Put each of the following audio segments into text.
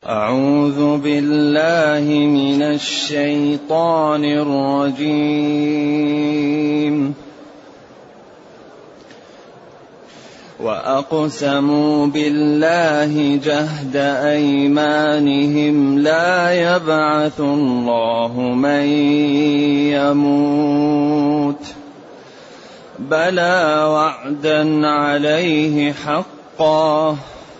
أعوذ بالله من الشيطان الرجيم. وأقسموا بالله جهد أيمانهم لا يبعث الله من يموت بلى وعدا عليه حقا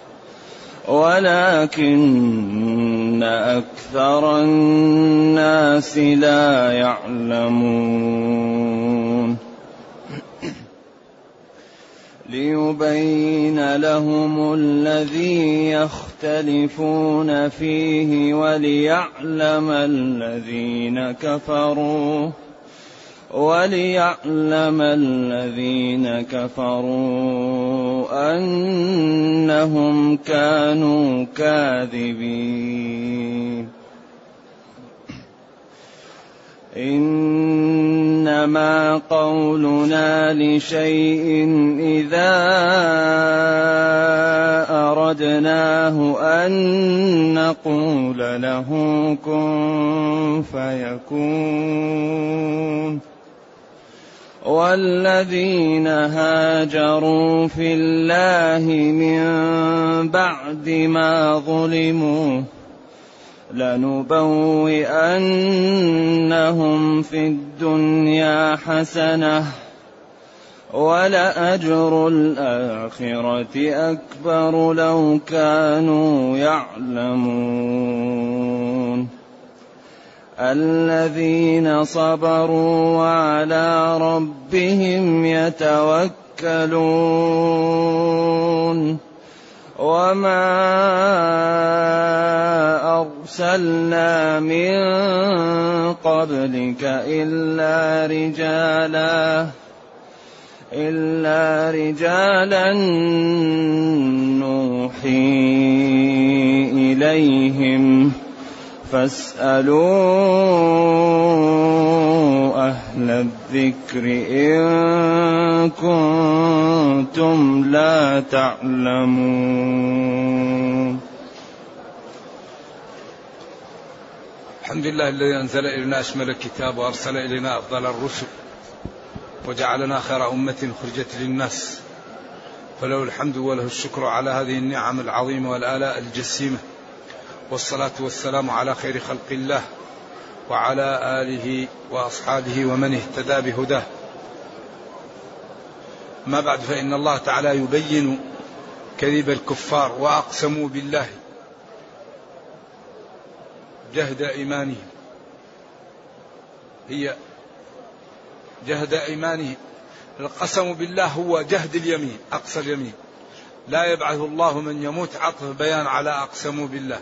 ولكن أكثر الناس لا يعلمون. ليبين لهم الذي يختلفون فيه وليعلم الذين كفروا أنهم كانوا كاذبين. إنما قولنا لشيء إذا أردناه أن نقول له كن فيكون. والذين هاجروا في الله من بعد ما ظلموا لنبوئنهم في الدنيا حسنة ولأجر الآخرة أكبر لو كانوا يعلمون. الذين صبروا وعلى ربهم يتوكلون. وما أرسلنا من قبلك إلا رجالا نوحي إليهم فاسألوا أهل الذكر إن كنتم لا تعلمون. الحمد لله الذي أنزل إلينا أشمل الكتاب وأرسل إلينا أفضل الرسل وجعلنا خير أمة خرجت للناس، فله الحمد وله الشكر على هذه النعم العظيمة والآلاء الجسيمة، والصلاة والسلام على خير خلق الله وعلى آله وأصحابه ومن اهتدى بهداه. ما بعد، فإن الله تعالى يبين كذب الكفار وأقسموا بالله جهد إيمانهم. هي جهد إيمانهم، القسم بالله هو جهد اليمين، أقصى اليمين. لا يبعث الله من يموت، عطف بيان على أقسموا بالله.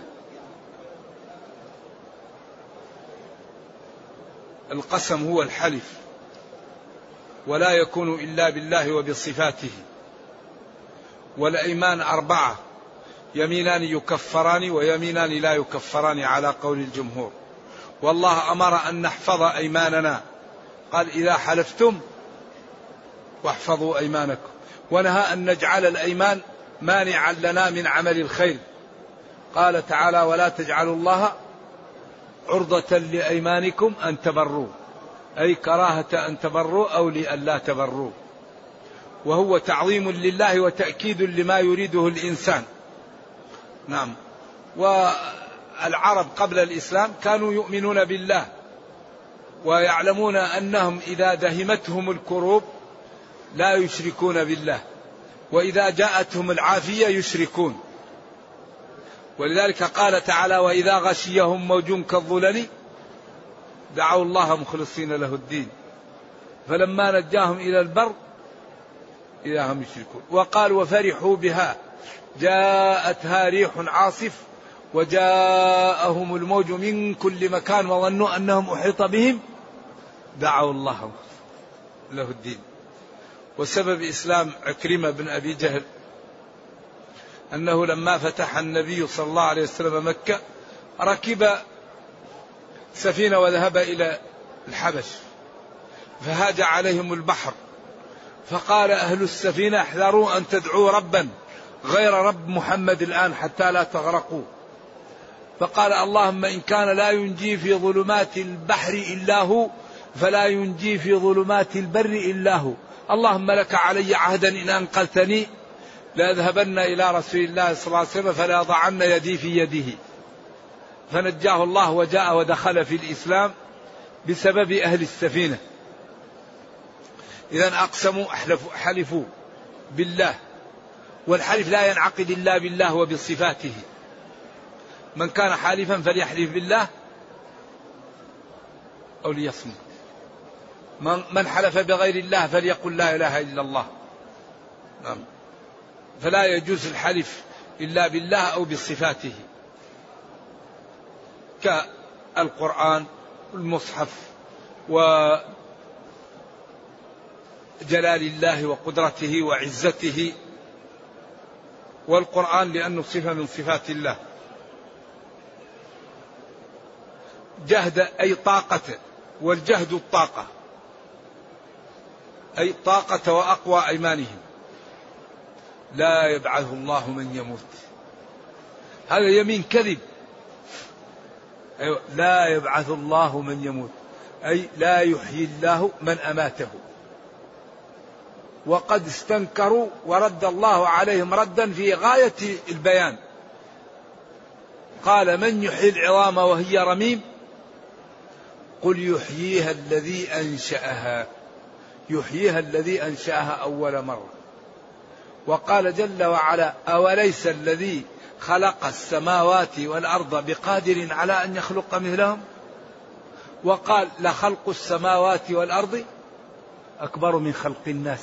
القسم هو الحلف، ولا يكون إلا بالله وبصفاته. والأيمان 4، يمينان يكفران ويمينان لا يكفران على قول الجمهور. والله أمر أن نحفظ أيماننا، قال إذا حلفتم واحفظوا أيمانكم، ونهى أن نجعل الأيمان مانعا لنا من عمل الخير. قال تعالى ولا تجعلوا الله عرضة لأيمانكم أن تبروا، أي كراهة أن تبروا أو لألا تبروا، وهو تعظيم لله وتأكيد لما يريده الإنسان. نعم. والعرب قبل الإسلام كانوا يؤمنون بالله ويعلمون أنهم إذا دهمتهم الكروب لا يشركون بالله، وإذا جاءتهم العافية يشركون. ولذلك قال تعالى وإذا غشيهم موج كالظلل دعوا الله مخلصين له الدين فلما نجاهم إلى البر إذا هم يشركون. وقال وفرحوا بها جاءتها ريح عاصف وجاءهم الموج من كل مكان وظنوا أنهم أحيط بهم دعوا الله له الدين. وسبب إسلام عكرمة بن أبي جهل أنه لما فتح النبي صلى الله عليه وسلم مكة ركب سفينة وذهب إلى الحبش، فهاج عليهم البحر، فقال أهل السفينة احذروا أن تدعوا ربا غير رب محمد الآن حتى لا تغرقوا. فقال اللهم إن كان لا ينجي في ظلمات البحر إلا هو فلا ينجي في ظلمات البر إلا هو، اللهم لك علي عهدا إن أنقذتني لأذهبن إلى رسول الله صلى الله عليه وسلم فلا ضعن يدي في يده، فنجاه الله وجاء ودخل في الإسلام بسبب أهل السفينة. إذا أقسموا حلفوا بالله، والحلف لا ينعقد إلا بالله وبصفاته. من كان حالفا فليحلف بالله أو ليصمت، من حلف بغير الله فليقل لا إله إلا الله. نعم. فلا يجوز الحلف إلا بالله أو بصفاته، كالقرآن والمصحف وجلال الله وقدرته وعزته، والقرآن لأنه صفة من صفات الله. جهد أي طاقة، والجهد الطاقة أي طاقة وأقوى أيمانهم. لا يبعث الله من يموت، هذا يمين كذب. أيوة. لا يبعث الله من يموت أي لا يحيي الله من أماته. وقد استنكروا ورد الله عليهم ردا في غاية البيان. قال من يحيي العظام وهي رميم قل يحييها الذي أنشأها، يحييها الذي أنشأها أول مرة. وقال جل وعلا أوليس الذي خلق السماوات والأرض بقادر على أن يخلق مثلهم. وقال لخلق السماوات والأرض أكبر من خلق الناس.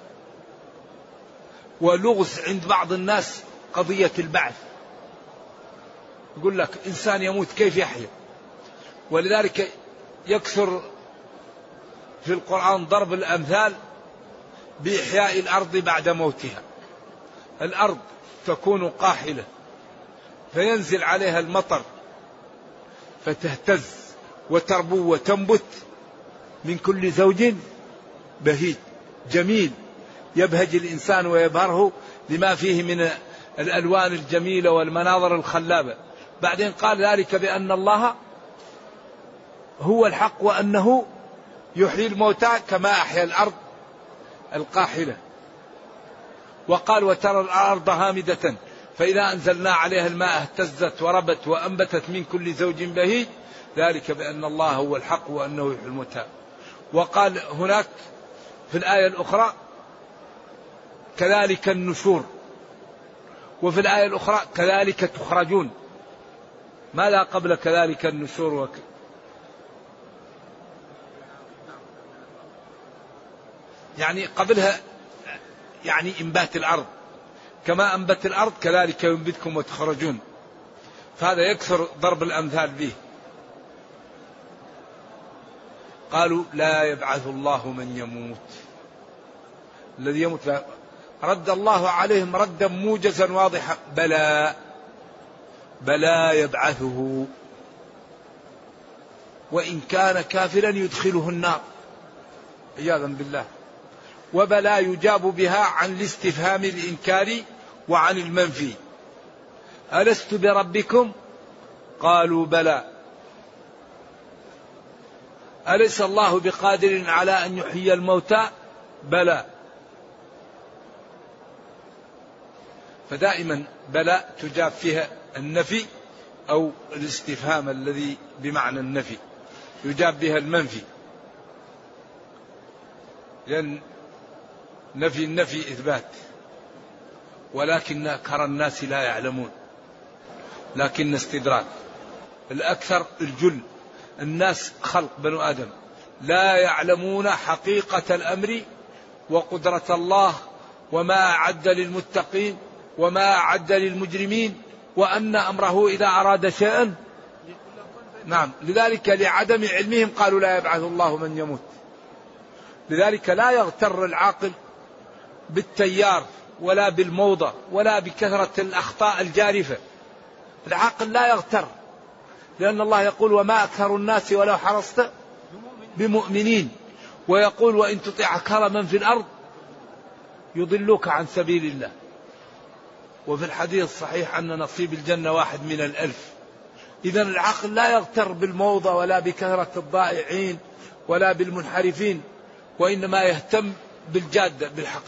ولغز عند بعض الناس قضية البعث، يقول لك إنسان يموت كيف يحيا؟ ولذلك يكثر في القرآن ضرب الأمثال بإحياء الأرض بعد موتها. الأرض تكون قاحلة فينزل عليها المطر فتهتز وتربو وتنبت من كل زوج بهيج جميل يبهج الإنسان ويبهره لما فيه من الألوان الجميلة والمناظر الخلابة. بعدين قال ذلك بأن الله هو الحق وأنه يحيي الموتى كما أحيا الأرض القاحلة. وقال وترى الأرض هامدة فإذا أنزلنا عليها الماء اهتزت وربت وأنبتت من كل زوج بهيج ذلك بأن الله هو الحق وأنه يحيي الموتى. وقال هناك في الآية الأخرى كذلك النشور، وفي الآية الأخرى كذلك تخرجون. ما لا قبل كذلك النشور يعني قبلها يعني إنبات الأرض، كما أنبت الأرض كذلك ينبتكم وتخرجون. فهذا يكثر ضرب الأمثال به. قالوا لا يبعث الله من يموت، الذي يموت لا. رد الله عليهم ردا موجزا واضحا بلى بلى يبعثه، وإن كان كافرا يدخله النار عياذا بالله. وبلى يجاب بها عن الاستفهام الإنكاري وعن المنفي. ألست بربكم قالوا بلى. أليس الله بقادر على أن يحيي الموتى بلى. فدائما بلى تجاب فيها النفي أو الاستفهام الذي بمعنى النفي، يجاب بها المنفي، لأن نفي النفي إثبات، ولكن أكثر الناس لا يعلمون، لكن استدراك. الأكثر الجل الناس خلق بنو آدم لا يعلمون حقيقة الأمر وقدرة الله وما أعد للمتقين وما أعد للمجرمين، وأن أمره إذا أراد شيئا. نعم، لذلك لعدم علمهم قالوا لا يبعث الله من يموت. لذلك لا يغتر العاقل بالتيار ولا بالموضة ولا بكثرة الأخطاء الجارفة. العاقل لا يغتر، لأن الله يقول وما أكثر الناس ولو حرصت بمؤمنين، ويقول وإن تطع أكثر من في الأرض يضلوك عن سبيل الله. وفي الحديث الصحيح أن نصيب الجنة 1 من 1000، إذن العقل لا يغتر بالموضة ولا بكثرة الضائعين ولا بالمنحرفين، وإنما يهتم بالجادة بالحق.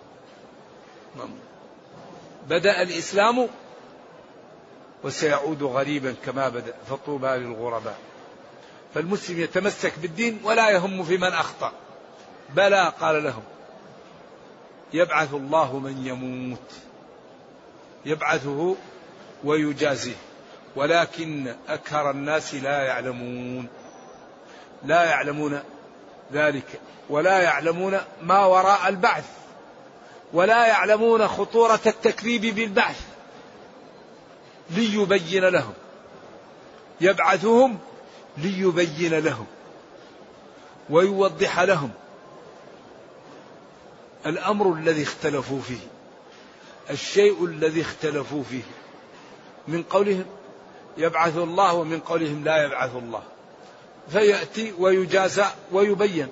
بدأ الإسلام وسيعود غريبا كما بدأ، فطوبى للغرباء. فالمسلم يتمسك بالدين ولا يهم في من أخطأ. بلى قال لهم يبعث الله من يموت، يبعثه ويجازيه، ولكن أكثر الناس لا يعلمون، لا يعلمون ذلك، ولا يعلمون ما وراء البعث، ولا يعلمون خطورة التكذيب بالبعث. ليبين لهم، يبعثهم ليبين لهم ويوضح لهم الأمر الذي اختلفوا فيه، الشيء الذي اختلفوا فيه، من قولهم يبعث الله ومن قولهم لا يبعث الله، فيأتي ويجازى ويبين،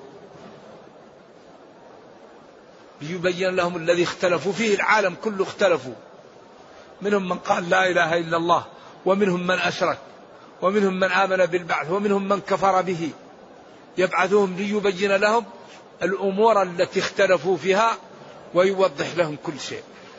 ليبين لهم الذي اختلفوا فيه. العالم كله اختلفوا، منهم من قال لا إله إلا الله، ومنهم من أشرك، ومنهم من آمن بالبعث، ومنهم من كفر به. يبعثهم ليبين لهم الأمور التي اختلفوا فيها ويوضح لهم كل شيء،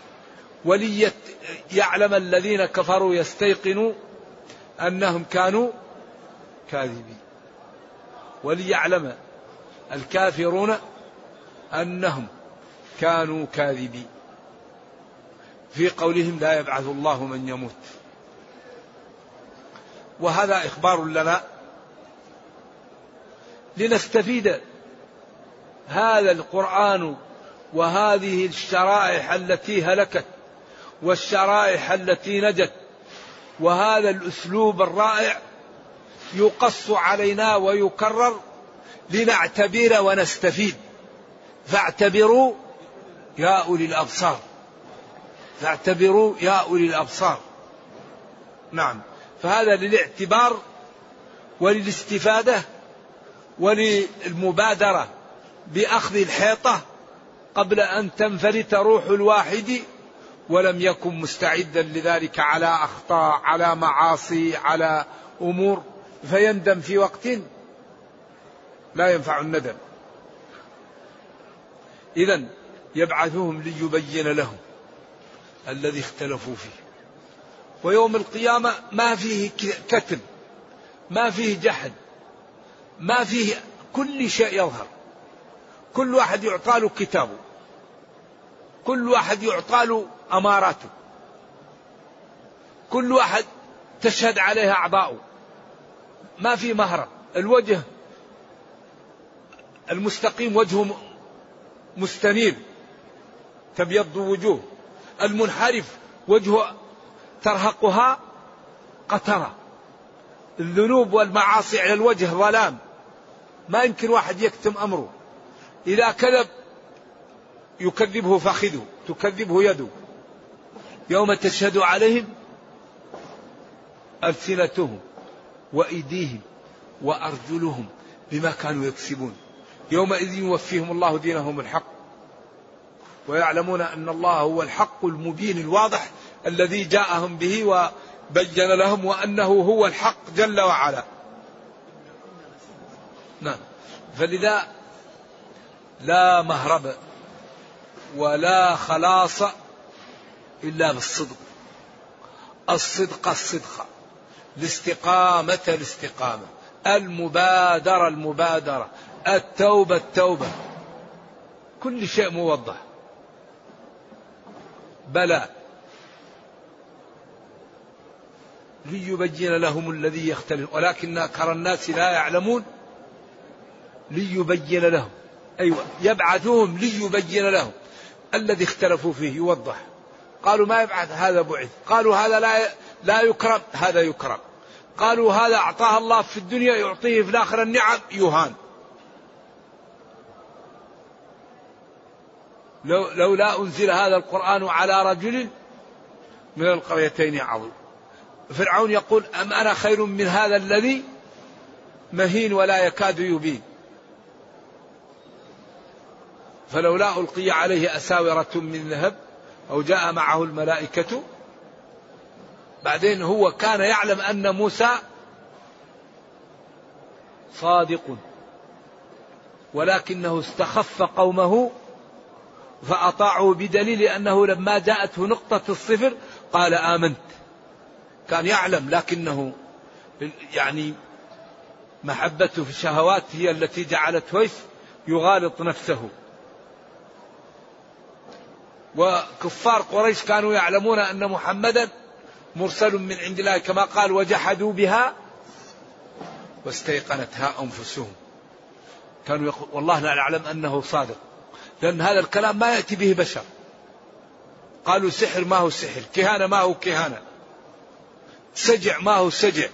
وليعلم الذين كفروا يستيقنوا أنهم كانوا كاذبين، وليعلم الكافرون أنهم كانوا كاذبين في قولهم لا يبعث الله من يموت. وهذا إخبار لنا لنستفيد. هذا القرآن وهذه الشرائح التي هلكت والشرائح التي نجت، وهذا الأسلوب الرائع يقص علينا ويكرر لنعتبر ونستفيد. فاعتبروا يا أولي الأبصار، فاعتبروا يا أولي الأبصار. نعم، فهذا للاعتبار وللاستفادة وللمبادرة بأخذ الحيطة قبل أن تنفلت روح الواحد ولم يكن مستعدا لذلك، على أخطاء، على معاصي، على أمور، فيندم في وقت لا ينفع الندم. إذن يبعثهم ليبين لهم الذي اختلفوا فيه. ويوم القيامة ما فيه كتم، ما فيه جحد، ما فيه، كل شيء يظهر. كل واحد يعطى له كتابه، كل واحد يعطى له أماراته، كل واحد تشهد عليها أعضاؤه، ما في مهرب. الوجه المستقيم وجهه مستنير تبيض وجوه، المنحرف وجهه ترهقها قترة. الذنوب والمعاصي على الوجه ظلام، ما يمكن واحد يكتم أمره. إذا كذب يكذبه فخذه، تكذبه يده. يوم تشهد عليهم ألسنتهم وأيديهم وأرجلهم بما كانوا يكسبون، يومئذ يوفيهم الله دينهم الحق ويعلمون أن الله هو الحق المبين الواضح الذي جاءهم به وبين لهم وأنه هو الحق جل وعلا. نعم، فلذا لا مهرب ولا خلاص إلا بالصدق. الصدق الصدق، الاستقامة الاستقامة، المبادرة المبادرة، التوبة التوبة، كل شيء موضح. بلى ليبين لهم الذي يختلف ولكن أكثر الناس لا يعلمون. ليبين لهم، أيوة، يبعثهم ليبين لهم الذي اختلفوا فيه، يوضح. قالوا ما يبعث، هذا بعث. قالوا هذا لا يكرم، هذا يكرم. قالوا هذا أعطاه الله في الدنيا يعطيه في الآخرة النعم، يهان. لولا أنزل هذا القرآن على رجل من القريتين عظيم. فرعون يقول أم أنا خير من هذا الذي مهين ولا يكاد يبين. فلولا ألقي عليه أساورة من ذهب أو جاء معه الملائكة بعدين هو كان يعلم أن موسى صادق، ولكنه استخف قومه فأطاعوا، بدليل أنه لما جاءته نقطة الصفر قال آمنت. كان يعلم، لكنه يعني محبته في الشهوات هي التي جعلته يغالط نفسه. وكفار قريش كانوا يعلمون أن محمدا مرسل من عند الله، كما قال وجحدوا بها واستيقنتها أنفسهم. كانوا يقول والله لا نعلم أنه صادق، لأن هذا الكلام ما يأتي به بشر. قالوا سحر ما هو سحر، كهانة ما هو كهانة، سجع ما هو سجع،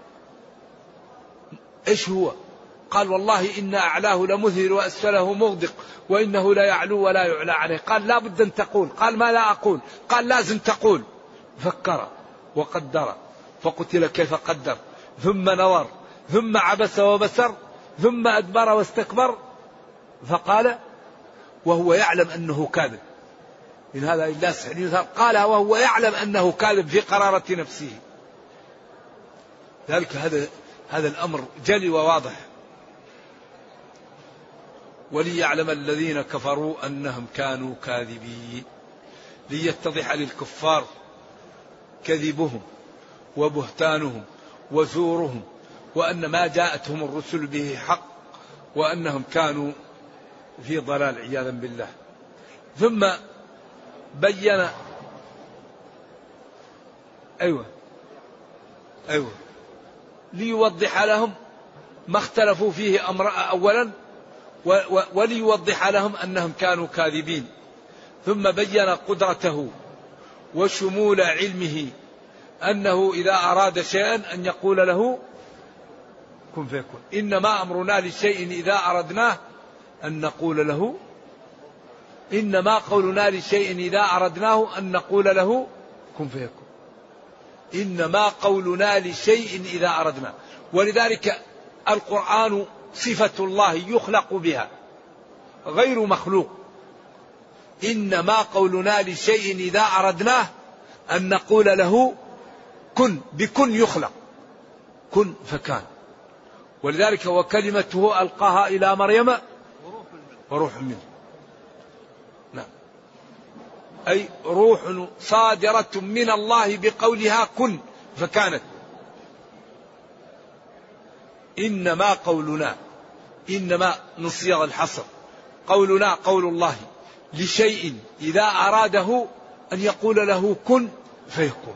إيش هو؟ قال والله إن أعلاه لمذهل وأسفله مغدق وإنه لا يعلو ولا يعلى عليه. قال لا بد أن تقول. قال ما لا أقول؟ قال لازم تقول. فكر وقدر فقتل كيف قدر، ثم نظر، ثم عبس وبسر، ثم أدبر واستكبر، فقال وهو يعلم أنه كاذب. من هذا إلا سحر، قال وهو يعلم أنه كاذب في قرارة نفسه. ذلك هذا الأمر جلي وواضح. وليعلم الذين كفروا أنهم كانوا كاذبين، ليتضح للكفار كذبهم وبهتانهم وزورهم، وأن ما جاءتهم الرسل به حق، وأنهم كانوا في ضلال عياذا بالله. ثم بين ليوضح لهم ما اختلفوا فيه أولا، وليوضح لهم أنهم كانوا كاذبين. ثم بين قدرته وشمول علمه، أنه إذا أراد شيئا أن يقول له كن فيكون. إنما أمرنا لشيء إذا أردناه أن نقول له، إنما قولنا لشيء إذا أردناه أن نقول له كن فيكون. إنما قولنا لشيء إذا أردنا. ولذلك القرآن صفة الله يخلق بها غير مخلوق. إنما قولنا لشيء إذا أردناه أن نقول له كن، بكن يخلق، كن فكان. ولذلك وكلمته ألقاها إلى مريم وروح منه. نعم، أي روح صادرة من الله بقولها كن فكانت. إنما قولنا، إنما نصيغ الحصر، قولنا قول الله لشيء إذا أراده أن يقول له كن فيكون.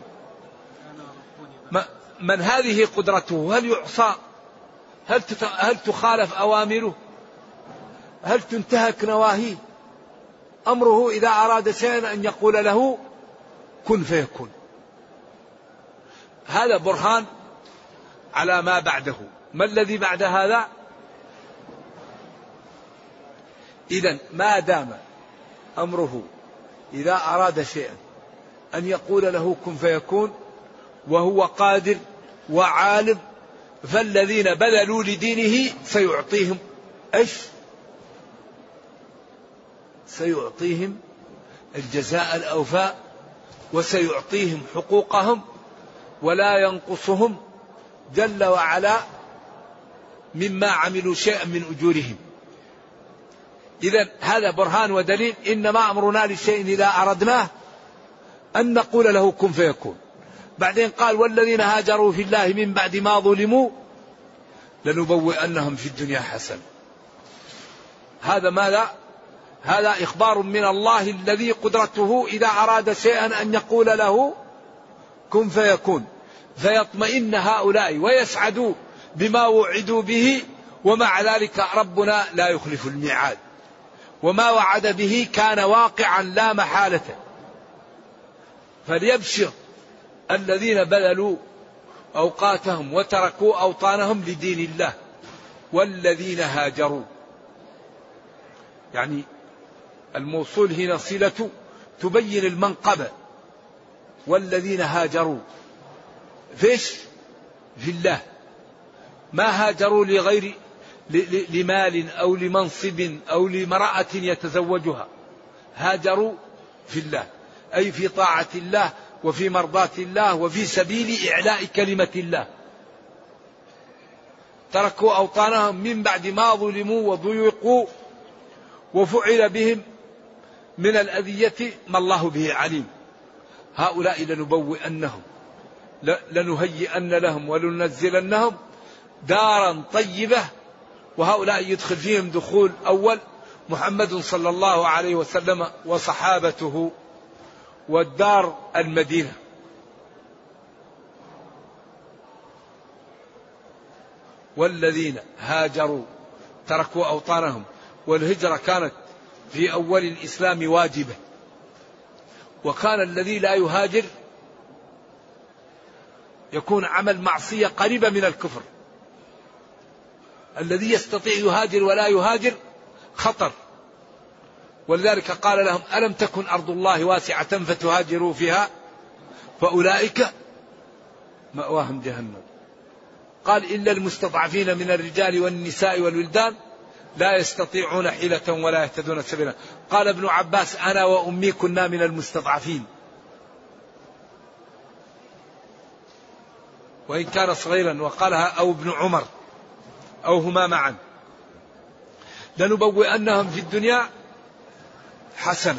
من هذه قدرته؟ هل يعصى؟ هل تخالف أوامره؟ هل تنتهك نواهيه؟ أمره إذا أراد شيئا أن يقول له كن فيكون. هذا برهان على ما بعده. ما الذي بعد هذا؟ إذن ما دام أمره إذا أراد شيئا أن يقول له كن فيكون، وهو قادر وعالم، فالذين بذلوا لدينه سيعطيهم إيش؟ سيعطيهم الجزاء الأوفاء، وسيعطيهم حقوقهم، ولا ينقصهم جل وعلا مما عملوا شيئا من أجورهم. إذن هذا برهان ودليل. إنما أمرنا لشيء إذا أردناه أن نقول له كن فيكون. بعدين قال والذين هاجروا في الله من بعد ما ظلموا لنبوئنهم في الدنيا حسنة. هذا ماذا؟ هذا إخبار من الله الذي قدرته إذا أراد شيئا أن يقول له كن فيكون، فيطمئن هؤلاء ويسعدوا بما وعدوا به. ومع ذلك ربنا لا يخلف الميعاد، وما وعد به كان واقعا لا محالة. فليبشر الذين بذلوا أوقاتهم وتركوا أوطانهم لدين الله، والذين هاجروا. يعني الموصول هنا صلة تبين المنقبة. والذين هاجروا فيش؟ في الله. ما هاجروا لغير لمال أو لمنصب أو لامرأة يتزوجها، هاجروا في الله أي في طاعة الله وفي مرضاة الله وفي سبيل إعلاء كلمة الله. تركوا أوطانهم من بعد ما ظلموا وضيقوا وفعل بهم من الأذية ما الله به عليم. هؤلاء لنبوئنهم لنهيئن لهم ولننزلنهم دارا طيبة، وهؤلاء يدخل فيهم دخول أول محمد صلى الله عليه وسلم وصحابته، والدار المدينة. والذين هاجروا تركوا أوطانهم، والهجرة كانت في أول الإسلام واجبة، وكان الذي لا يهاجر يكون عمل معصية قريبة من الكفر. الذي يستطيع يهاجر ولا يهاجر خطر. ولذلك قال لهم ألم تكن أرض الله واسعة فتهاجروا فيها فأولئك مأواهم جهنم. قال إلا المستضعفين من الرجال والنساء والولدان لا يستطيعون حيلة ولا يهتدون سبيلا. قال ابن عباس أنا وأمي كنا من المستضعفين، وإن كان صغيرا، وقالها أو ابن عمر أو هما معا. لنبوئنهم في الدنيا حسنة،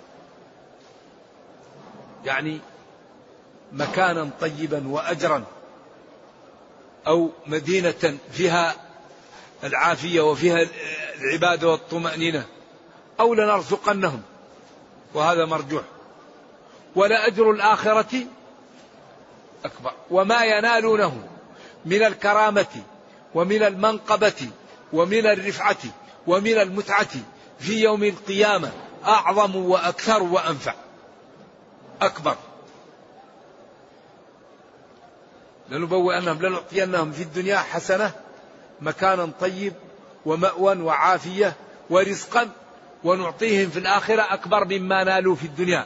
يعني مكانا طيبا وأجرا، أو مدينة فيها العافية وفيها العبادة والطمأنينة، أو لنرزقنهم، وهذا مرجوح. ولأجر الآخرة أكبر. وما ينالونه من الكرامة ومن المنقبة ومن الرفعة ومن المتعة في يوم القيامة أعظم وأكثر وأنفع أكبر. لنبوئنهم لنعطينهم في الدنيا حسنة، مكانا طيب ومأوى وعافية ورزقا، ونعطيهم في الآخرة أكبر مما نالوا في الدنيا.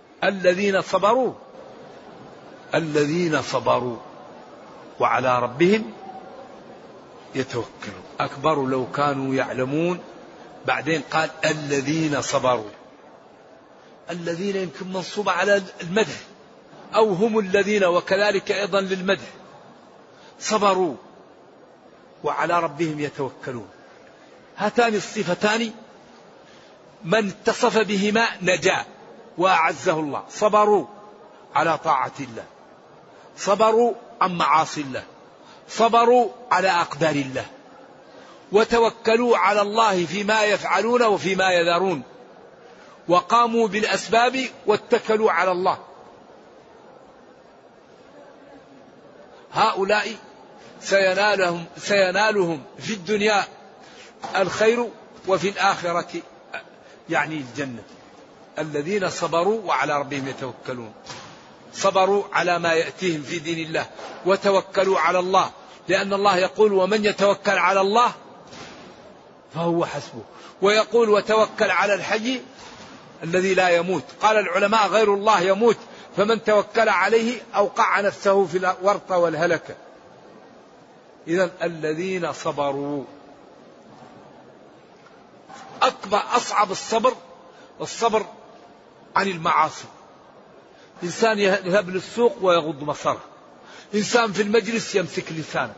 الذين صبروا وعلى ربهم يتوكلون. أكبر لو كانوا يعلمون. بعدين قال الذين صبروا. الذين يمكن منصوب على المدح، أو هم الذين، وكذلك أيضا للمدح. صبروا وعلى ربهم يتوكلون. هاتان الصفتان من اتصف بهما نجا وأعزه الله. صبروا على طاعة الله، صبروا عن معاصي الله، صبروا على أقدار الله، وتوكلوا على الله فيما يفعلون وفيما يذرون، وقاموا بالأسباب واتكلوا على الله. هؤلاء سينالهم في الدنيا الخير، وفي الآخرة يعني الجنة. الذين صبروا وعلى ربهم يتوكلون. صبروا على ما يأتيهم في دين الله، وتوكلوا على الله، لأن الله يقول ومن يتوكل على الله فهو حسبه، ويقول وتوكل على الحي الذي لا يموت. قال العلماء غير الله يموت، فمن توكل عليه أوقع نفسه في الورطة والهلكة. إذن الذين صبروا. أصعب الصبر عن المعاصي. إنسان يذهب للسوق ويغض بصره، إنسان في المجلس يمسك لسانه،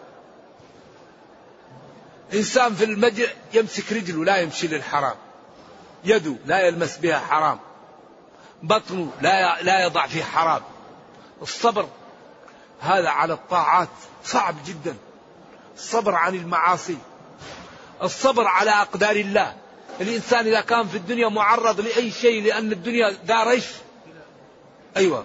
إنسان في المجلس يمسك رجله لا يمشي للحرام، يده لا يلمس بها حرام، بطنه لا يضع فيه حرام. الصبر هذا على الطاعات صعب جدا. الصبر عن المعاصي، الصبر على أقدار الله. الإنسان إذا كان في الدنيا معرض لأي شيء، لأن الدنيا دار ايش؟ أيوة،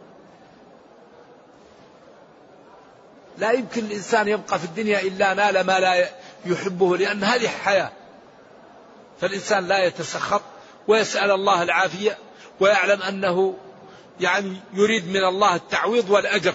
لا يمكن الإنسان يبقى في الدنيا إلا نال ما لا يحبه، لأن هذه حياة. فالإنسان لا يتسخط ويسأل الله العافية، ويعلم أنه يعني يريد من الله التعويض والأجر،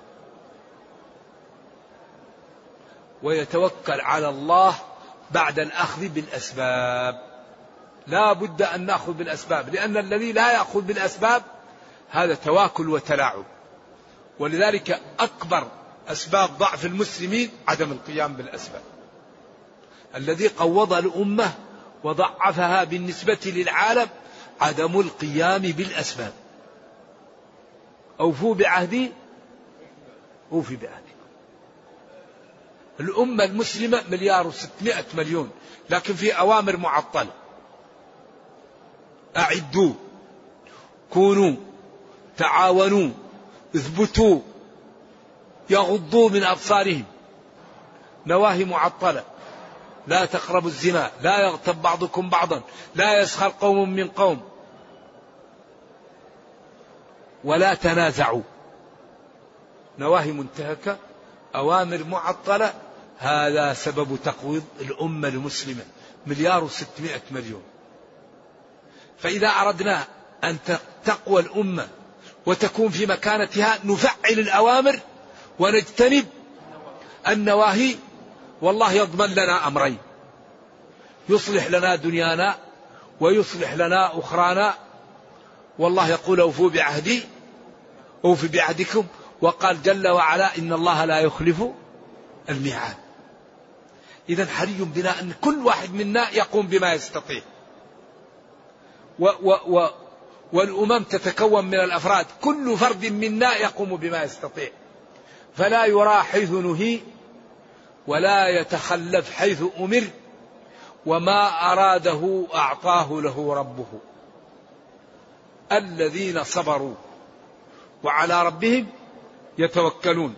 ويتوكل على الله بعد الأخذ بالأسباب. لا بد أن نأخذ بالأسباب، لأن الذي لا يأخذ بالأسباب هذا تواكل وتلاعب. ولذلك أكبر أسباب ضعف المسلمين عدم القيام بالأسباب. الذي قوض الأمة وضعفها بالنسبة للعالم عدم القيام بالأسباب. أوفوا بعهدي أوفي بعهدكم. الأمة المسلمة 1,600,000,000، لكن في أوامر معطلة. أعدوا، كونوا، تعاونوا، اثبتوا، يغضوا من أبصارهم. نواهي معطلة. لا تقربوا الزنا، لا يغتب بعضكم بعضا، لا يسخر قوم من قوم، ولا تنازعوا. نواهي منتهكة، أوامر معطلة. هذا سبب تقويض الأمة المسلمة 1,600,000,000. فإذا أردنا أن تقوى الأمة وتكون في مكانتها نفعل الأوامر ونجتنب النواهي، والله يضمن لنا أمرين: يصلح لنا دنيانا ويصلح لنا أخرانا. والله يقول أوفوا بعهدي أوفي بعهدكم، وقال جل وعلا إن الله لا يخلف الميعاد. إذن حري بنا أن كل واحد منا يقوم بما يستطيع. والأمم تتكون من الأفراد، كل فرد منا يقوم بما يستطيع، فلا يرى حيث نهي ولا يتخلف حيث أمر، وما أراده أعطاه له ربه. الذين صبروا وعلى ربهم يتوكلون.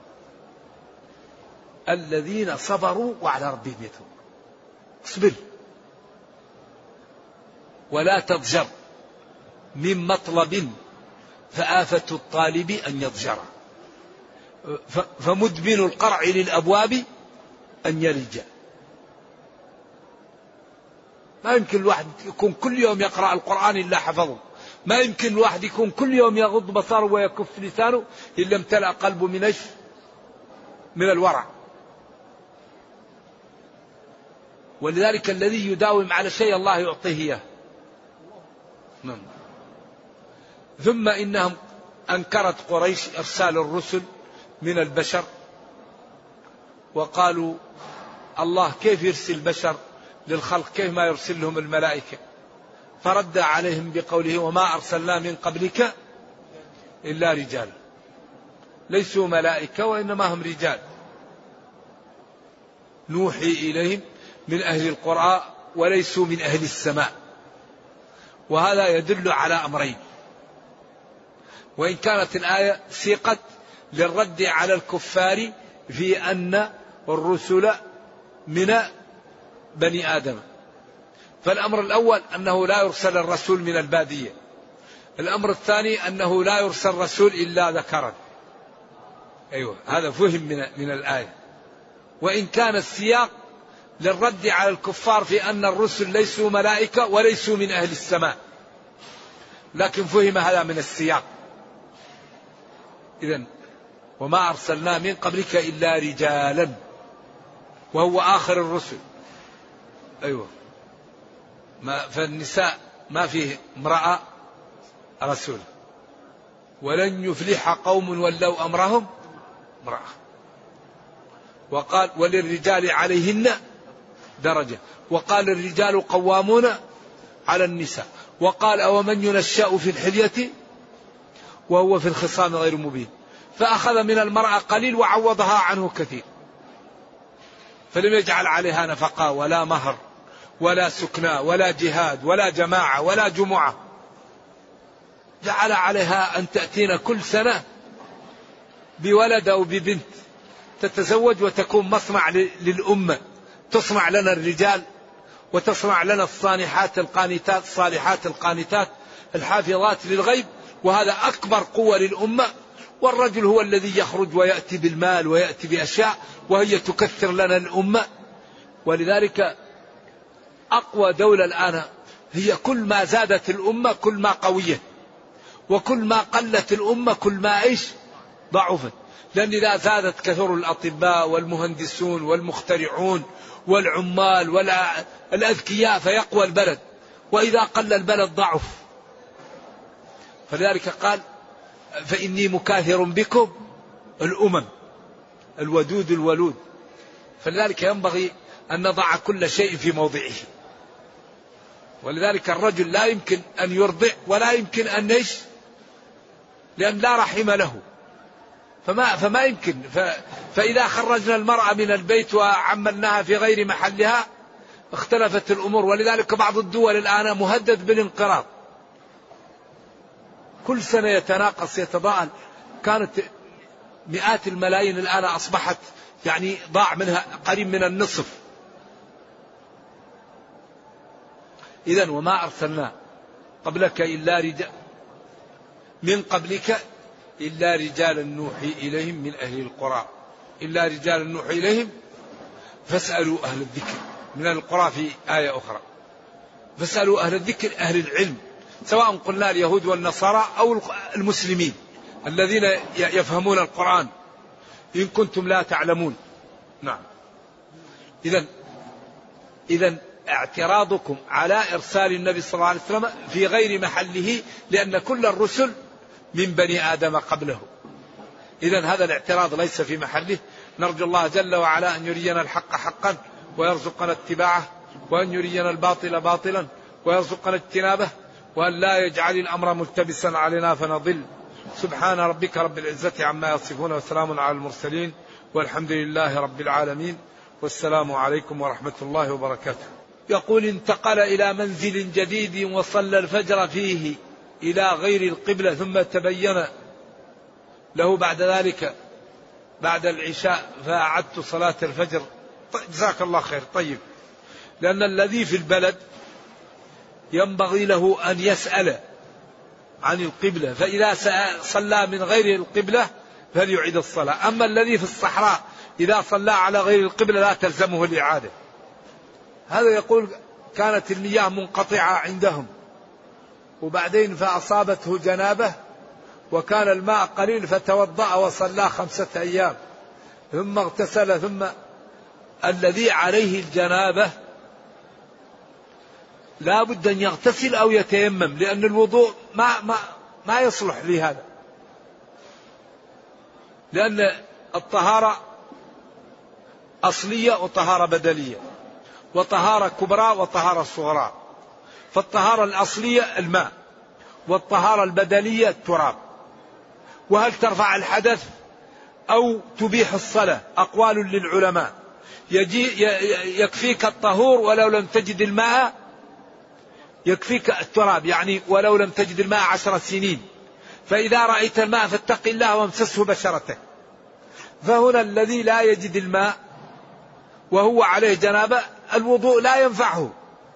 الذين صبروا وعلى ربهم يتوكلون. اصبر ولا تضجر من مطلب، فآفة الطالب أن يضجر، فمدمن القرع للأبواب أن يلج. ما يمكن الواحد يكون كل يوم يقرأ القرآن إلا حفظه، ما يمكن الواحد يكون كل يوم يغض بصره ويكف لسانه إلا امتلأ قلبه من الورع. ولذلك الذي يداوم على شيء الله يعطيه إياه. ثم إنهم أنكرت قريش إرسال الرسل من البشر، وقالوا الله كيف يرسل بشر للخلق، كيف ما يرسل لهم الملائكة؟ فرد عليهم بقوله وما أرسلنا من قبلك إلا رجال. ليسوا ملائكة وإنما هم رجال نوحي إليهم من أهل القرى وليسوا من أهل السماء. وهذا يدل على أمرين: وإن كانت الآية سيقت للرد على الكفار في أن الرسل من بني آدم، فالأمر الأول أنه لا يرسل الرسول من البادية. الأمر الثاني أنه لا يرسل رسول إلا ذكرا. أيوة، هذا فهم من الآية. وإن كان السياق للرد على الكفار في أن الرسل ليسوا ملائكة وليسوا من أهل السماء، لكن فهم هذا من السياق. إذن وما أرسلنا من قبلك إلا رجالا، وهو آخر الرسل. أيوة، فالنساء ما فيه امرأة رسول. ولن يفلح قوم ولوا أمرهم امرأة. وقال وللرجال عليهن درجة. وقال الرجال قوامون على النساء. وقال أومن ينشأ في الحلية وهو في الخصام غير مبين. فأخذ من المرأة قليل وعوضها عنه كثير، فلم يجعل عليها نفقة ولا مهر ولا سكنى ولا جهاد ولا جماعة ولا جمعة. جعل عليها أن تأتينا كل سنة بولد أو ببنت تتزوج وتكون مصنع للأمة، تصنع لنا الرجال وتصنع لنا الصانحات القانتات الصالحات القانتات الحافظات للغيب، وهذا أكبر قوة للأمة. والرجل هو الذي يخرج ويأتي بالمال ويأتي بأشياء، وهي تكثر لنا الأمة. ولذلك أقوى دولة الآن هي كل ما زادت الأمة كل ما قوية، وكل ما قلت الأمة كل ما ضعفت. لأن إذا زادت كثر الأطباء والمهندسون والمخترعون والعمال والأذكياء فيقوى البلد، وإذا قل البلد ضعف. فلذلك قال فإني مكاثر بكم الأمم، الودود الولود. فلذلك ينبغي أن نضع كل شيء في موضعه. ولذلك الرجل لا يمكن أن يرضع ولا يمكن لأن لا رحم له، فما يمكن. فإذا خرجنا المرأة من البيت وعملناها في غير محلها اختلفت الأمور. ولذلك بعض الدول الآن مهدد بالانقراض، كل سنة يتناقص يتضاءل. كانت مئات الملايين الآن أصبحت يعني ضاع منها قريب من النصف. إذن وما أرسلنا قبلك إلا رجال من قبلك إلا رجالا نوحي إليهم من أهل القرى، إلا رجالا نوحي إليهم فاسألوا أهل الذكر من القرى. في آية أخرى فاسألوا أهل الذكر، أهل العلم، سواء قلنا اليهود والنصارى أو المسلمين الذين يفهمون القرآن، إن كنتم لا تعلمون. نعم. إذن اعتراضكم على إرسال النبي صلى الله عليه وسلم في غير محله، لأن كل الرسل من بني آدم قبله. إذن هذا الاعتراض ليس في محله. نرجو الله جل وعلا أن يرينا الحق حقا ويرزقنا اتباعه، وأن يرينا الباطل باطلا ويرزقنا اجتنابه، وأن لا يجعل الأمر ملتبسا علينا فنضل. سبحان ربك رب العزة عما يصفون وسلام على المرسلين والحمد لله رب العالمين، والسلام عليكم ورحمة الله وبركاته. يقول انتقل إلى منزل جديد وصلى الفجر فيه إلى غير القبلة، ثم تبين له بعد ذلك بعد العشاء فأعدت صلاة الفجر. جزاك الله خير. طيب، لأن الذي في البلد ينبغي له أن يسأل عن القبلة، فإذا صلى من غير القبلة فليعيد الصلاة. أما الذي في الصحراء إذا صلى على غير القبلة لا تلزمه الإعادة. هذا يقول كانت المياه منقطعة عندهم، وبعدين فأصابته جنابه وكان الماء قليل فتوضأ وصلى 5 أيام ثم اغتسل. ثم الذي عليه الجنابه لا بد أن يغتسل أو يتيمم، لأن الوضوء ما يصلح لهذا، لأن الطهارة أصلية وطهارة بدلية، وطهارة كبرى وطهارة صغرى. فالطهارة الأصلية الماء، والطهارة البدلية التراب. وهل ترفع الحدث أو تبيح الصلاة؟ أقوال للعلماء. يكفيك الطهور ولو لم تجد الماء، يكفيك التراب يعني ولو لم تجد الماء 10 سنين. فإذا رأيت الماء فاتق الله وامسسه بشرتك. فهنا الذي لا يجد الماء وهو عليه جنابة الوضوء لا ينفعه،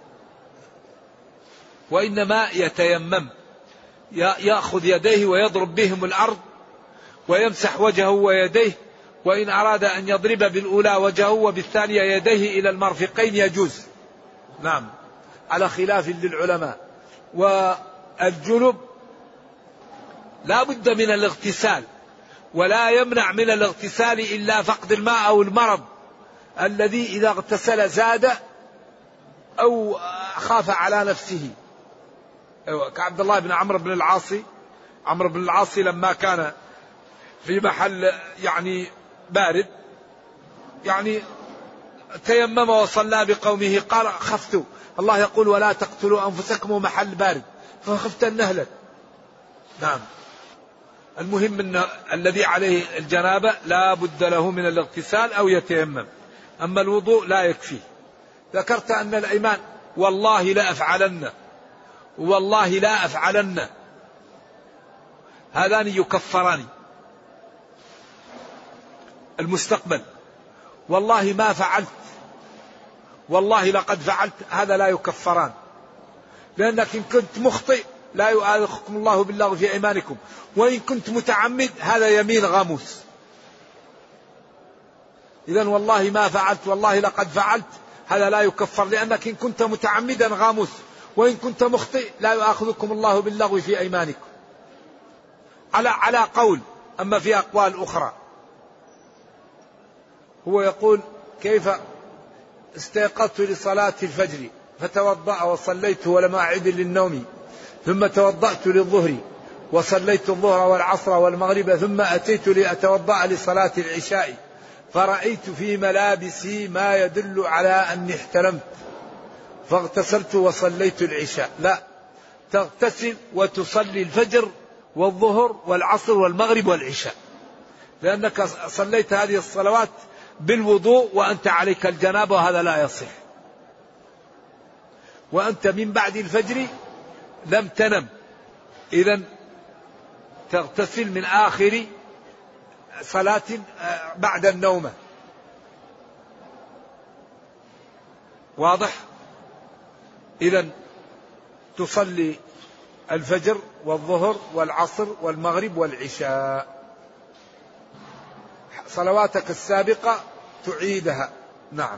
وإنما يتيمم، يأخذ يديه ويضرب بهم الأرض ويمسح وجهه ويديه، وإن أراد أن يضرب بالأولى وجهه وبالثانية يديه إلى المرفقين يجوز. نعم، على خلاف للعلماء. والجنب لا بد من الاغتسال، ولا يمنع من الاغتسال إلا فقد الماء أو المرض الذي إذا اغتسل زاد أو خاف على نفسه. كعبد الله بن عمرو بن العاص. عمرو بن العاص لما كان في محل يعني بارد يعني تيمم وصلى بقومه، قال خفت، الله يقول ولا تقتلوا أنفسكم محل بارد، فخفت أن نهلك. نعم. المهم أن الذي عليه الجنابة لا بد له من الاغتسال أو يتيمم، أما الوضوء لا يكفي. ذكرت أن الأيمان والله لا أفعلن والله لا أفعلن هذان يكفران. المستقبل والله ما فعلت والله لقد فعلت، هذا لا يكفران، لأنك إن كنت مخطئ لا يؤاخذكم الله باللغو في أيمانكم، وإن كنت متعمد هذا يمين غاموس. إذن والله ما فعلت والله لقد فعلت هذا لا يكفر، لأنك إن كنت متعمدا غاموس، وإن كنت مخطئ لا يؤاخذكم الله باللغو في أيمانكم. على قول، أما في أقوال أخرى. هو يقول كيف استيقظت لصلاة الفجر فتوضأ وصليت ولم أعد للنوم، ثم توضأت للظهر وصليت الظهر والعصر والمغرب، ثم أتيت لأتوضأ لصلاة العشاء فرأيت في ملابسي ما يدل على أني احتلمت فاغتسلت وصليت العشاء. لا، تغتسل وتصلي الفجر والظهر والعصر والمغرب والعشاء، لأنك صليت هذه الصلوات بالوضوء وأنت عليك الجنابة، وهذا لا يصح. وأنت من بعد الفجر لم تنم، إذن تغتسل من آخر صلاة بعد النوم. واضح؟ إذن تصلي الفجر والظهر والعصر والمغرب والعشاء، صلواتك السابقة تعيدها. نعم.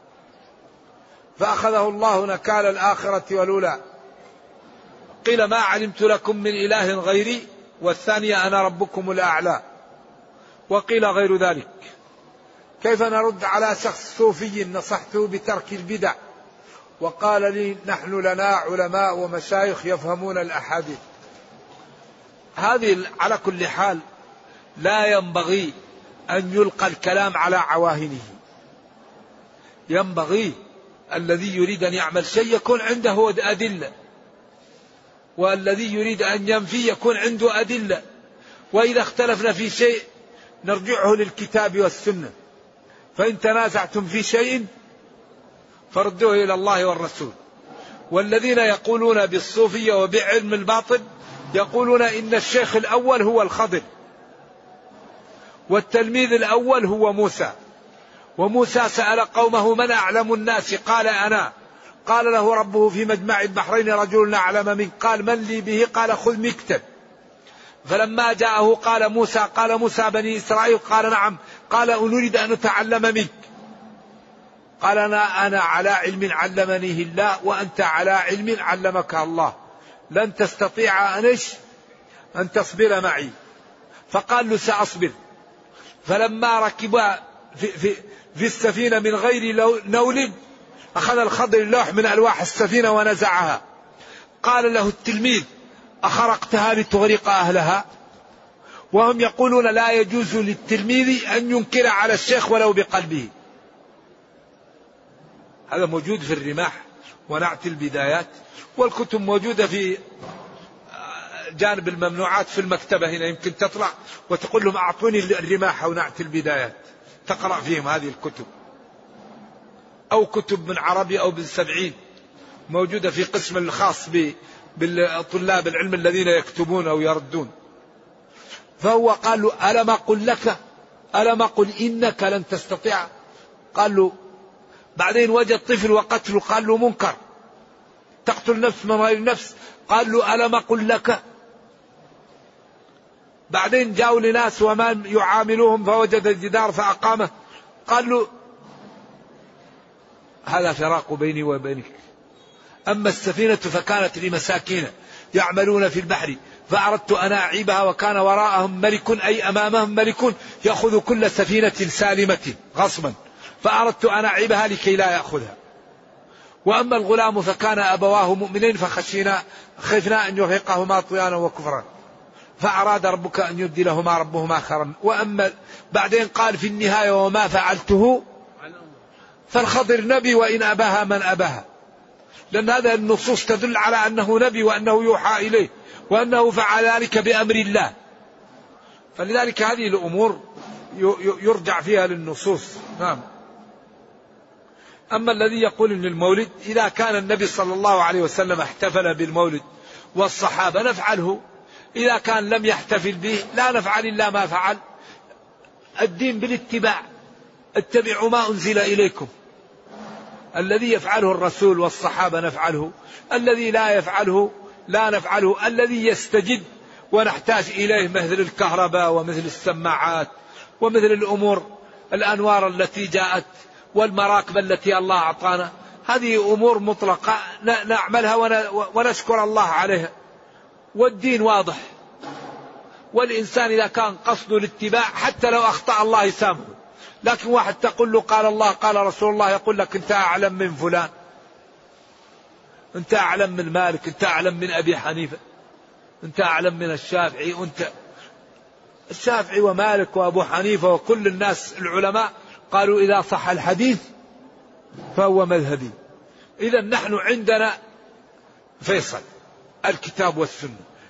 فأخذه الله نكال الآخرة والأولى. قيل ما علمت لكم من إله غيري، والثانية أنا ربكم الأعلى. وقيل غير ذلك. كيف نرد على شخص صوفي نصحته بترك البدع وقال لي نحن لنا علماء ومشايخ يفهمون الأحاديث؟ هذه على كل حال لا ينبغي أن يلقى الكلام على عواهنه. ينبغي الذي يريد أن يعمل شيء يكون عنده أدلة، والذي يريد أن ينفي يكون عنده أدلة. وإذا اختلفنا في شيء نرجعه للكتاب والسنة. فإن تنازعتم في شيء فردوه إلى الله والرسول. والذين يقولون بالصوفية وبعلم الباطل يقولون إن الشيخ الأول هو الخضر، والتلميذ الأول هو موسى. وموسى سأل قومه من أعلم الناس؟ قال أنا. قال له ربه في مجمع البحرين رجل أعلم منك، قال من لي به؟ قال خذ مكتب. فلما جاءه قال موسى بني إسرائيل، قال نعم. قال نريد أن نتعلم منك. قال أنا على علم علمنيه الله، وأنت على علم علمك الله، لن تستطيع أن تصبر معي. فقال له سأصبر. فلما ركب في السفينة من غير نول أخذ الخضر اللوح من ألواح السفينة ونزعها. قال له التلميذ أخرقتها لتغرق أهلها؟ وهم يقولون لا يجوز للتلميذ أن ينكر على الشيخ ولو بقلبه. هذا موجود في الرماح ونعت البدايات، والكتب موجودة في جانب الممنوعات في المكتبة هنا، يمكن تطلع وتقول لهم أعطوني الرماح أو نعت البدايات، تقرأ فيهم هذه الكتب. أو كتب من عربي أو بالسبعين موجودة في قسم الخاص بالطلاب العلم الذين يكتبون أو يردون. فهو قال له ألم أقل لك، ألم أقل إنك لن تستطيع؟ قال له. بعدين وجد طفل وقتله، قال له منكر، تقتل نفس من غير نفس. قال له ألم أقل لك. بعدين جاءوا لناس وما يعاملوهم فوجد الجدار فأقامه. قال له هذا فراق بيني وبينك. أما السفينة فكانت لمساكين يعملون في البحر فأردت أن أعيبها وكان وراءهم ملك، أي أمامهم ملك يأخذ كل سفينة سالمة غصبا، فأردت أن أعيبها لكي لا يأخذها. وأما الغلام فكان أبواه مؤمنين خفنا أن يرهقهما طغيانا وكفرا، فأراد ربك أن يبدي لهما ربهما خيرا. وأما بعدين قال في النهاية وما فعلته، فالخضر نبي وإن أباها من أباها، لأن هذا النصوص تدل على أنه نبي وأنه يوحى إليه وأنه فعل ذلك بأمر الله. فلذلك هذه الأمور يرجع فيها للنصوص. نعم. أما الذي يقول أن المولد إذا كان النبي صلى الله عليه وسلم احتفل بالمولد والصحابة نفعله، إذا كان لم يحتفل به لا نفعل إلا ما فعل. الدين بالاتباع، اتبعوا ما أنزل إليكم. الذي يفعله الرسول والصحابة نفعله، الذي لا يفعله لا نفعله. الذي يستجد ونحتاج إليه مثل الكهرباء ومثل السماعات ومثل الأمور الأنوار التي جاءت والمراكب التي الله أعطانا، هذه أمور مطلقة نعملها ونشكر الله عليها، والدين واضح. والإنسان إذا كان قصده الاتباع حتى لو أخطأ الله يسامحه. لكن واحد تقول له قال الله قال رسول الله، يقول لك أنت أعلم من فلان، أنت أعلم من مالك، أنت أعلم من أبي حنيفة، أنت أعلم من الشافعي. أنت الشافعي ومالك وأبو حنيفة وكل الناس العلماء قالوا إذا صح الحديث فهو مذهبي. إذا نحن عندنا فيصل الكتاب والسنة،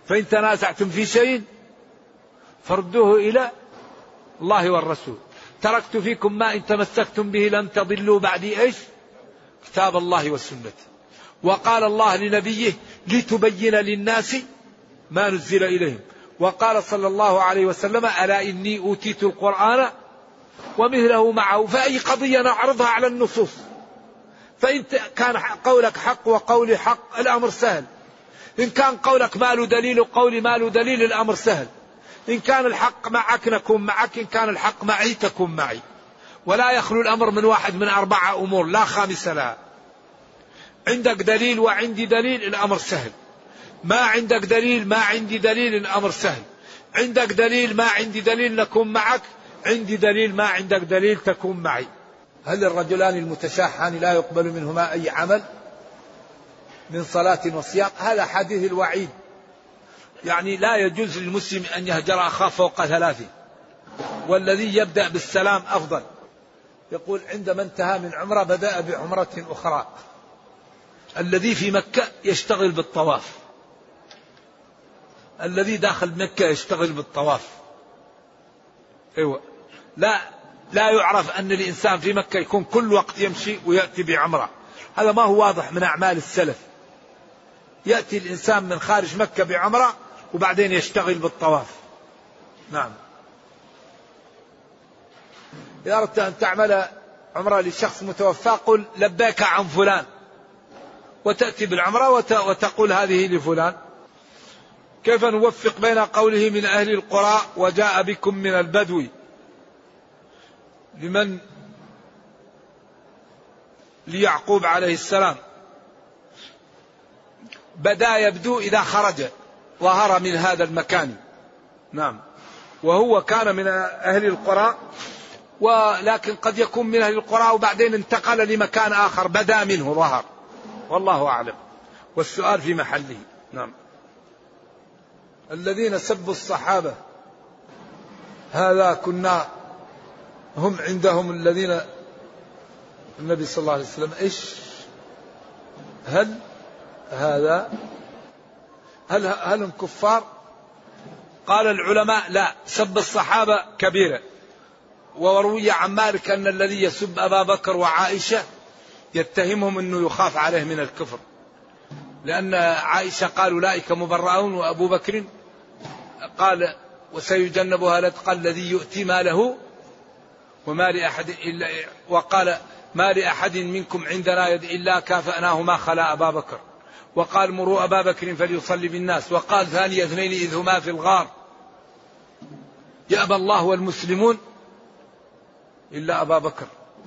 فإن تنازعتم في شيء فردوه إلى الله والرسول. تركت فيكم ما إن تمسكتم به لم تضلوا بعدي إيش؟ كتاب الله والسنة. وقال الله لنبيه لتبين للناس ما نزل إليهم. وقال صلى الله عليه وسلم ألا إني أوتيت القرآن ومثله معه. فأي قضية نعرضها على النصوص. فإن كان قولك حق وقولي حق الأمر سهل. إن كان قولك ما له دليل وقولي ما له دليل الأمر سهل. إن كان الحق معك نكون معك، إن كان الحق معي تكون معي. ولا يخلو الأمر من واحد من 4 أمور لا خامس لها. عندك دليل وعندي دليل الأمر سهل. ما عندك دليل ما عندي دليل الأمر سهل. عندك دليل ما عندي دليل نكون معك، عندي دليل ما عندك دليل تكون معي. هل الرجلان المتشاحان لا يقبل منهما أي عمل من صلاة وصيام؟ هذا حديث الوعيد. يعني لا يجوز للمسلم أن يهجر أخاه فوق 3. والذي يبدأ بالسلام أفضل. يقول عندما انتهى من عمرة بدأ بعمرة أخرى. الذي في مكة يشتغل بالطواف، الذي داخل مكة يشتغل بالطواف. أيوة. لا يعرف أن الإنسان في مكة يكون كل وقت يمشي ويأتي بعمرة. هذا ما هو واضح من أعمال السلف. يأتي الإنسان من خارج مكة بعمرة وبعدين يشتغل بالطواف. نعم. إذا أردت أن تعمل عمرة لشخص متوفى قل لبيك عن فلان، وتأتي بالعمرة وتقول هذه لفلان. كيف نوفق بين قوله من أهل القرى وجاء بكم من البدو؟ ليعقوب عليه السلام بدأ يبدو إذا خرج ظهر من هذا المكان. نعم. وهو كان من أهل القرى، ولكن قد يكون من أهل القرى وبعدين انتقل لمكان آخر بدأ منه ظهر. والله أعلم، والسؤال في محله. نعم. الذين سبوا الصحابة هذا كنا هم عندهم الذين النبي صلى الله عليه وسلم إيش؟ هل هم كفار؟ قال العلماء لا، سب الصحابة كبيرة. وروي عن مالك أن الذي يسب أبا بكر وعائشة يتهمهم أنه يخاف عليه من الكفر، لأن عائشة قال أولئك مبرؤون، وأبو بكر قال وسيجنبها الأتقى الذي يؤتي ماله وما لأحد إلا، وقال ما لأحد منكم عندنا يد إلا كافأناه ما خلا أبا بكر، وقال مروا أبا بكر فليصلي بالناس، وقال ثاني اثنين إذ هما في الغار يأبى الله والمسلمون إلا أبا بكر.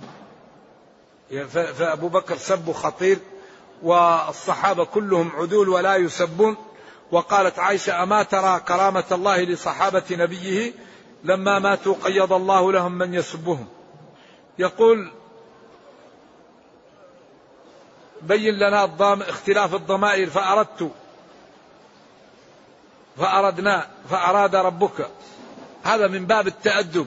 فأبو بكر سب خطير، والصحابة كلهم عدول ولا يسبون. وقالت عائشة أما ترى كرامة الله لصحابة نبيه لما ماتوا قيض الله لهم من يسبهم. يقول بين لنا اختلاف الضمائر فأردنا فأراد ربك، هذا من باب التأدب.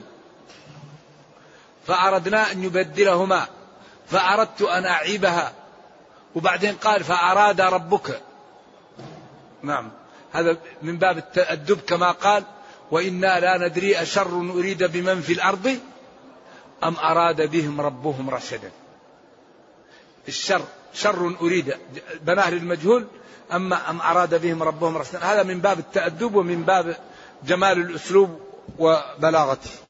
فأردنا أن يبدلهما، فأردت أن أعيبها، وبعدين قال فأراد ربك. نعم، هذا من باب التأدب، كما قال وإنا لا ندري أشر أريد بمن في الأرض أم أراد بهم ربهم رشدا. الشر شر أريد بناه للمجهول، أما أم أراد بهم ربهم رشدا، هذا من باب التأدب ومن باب جمال الأسلوب وبلاغته.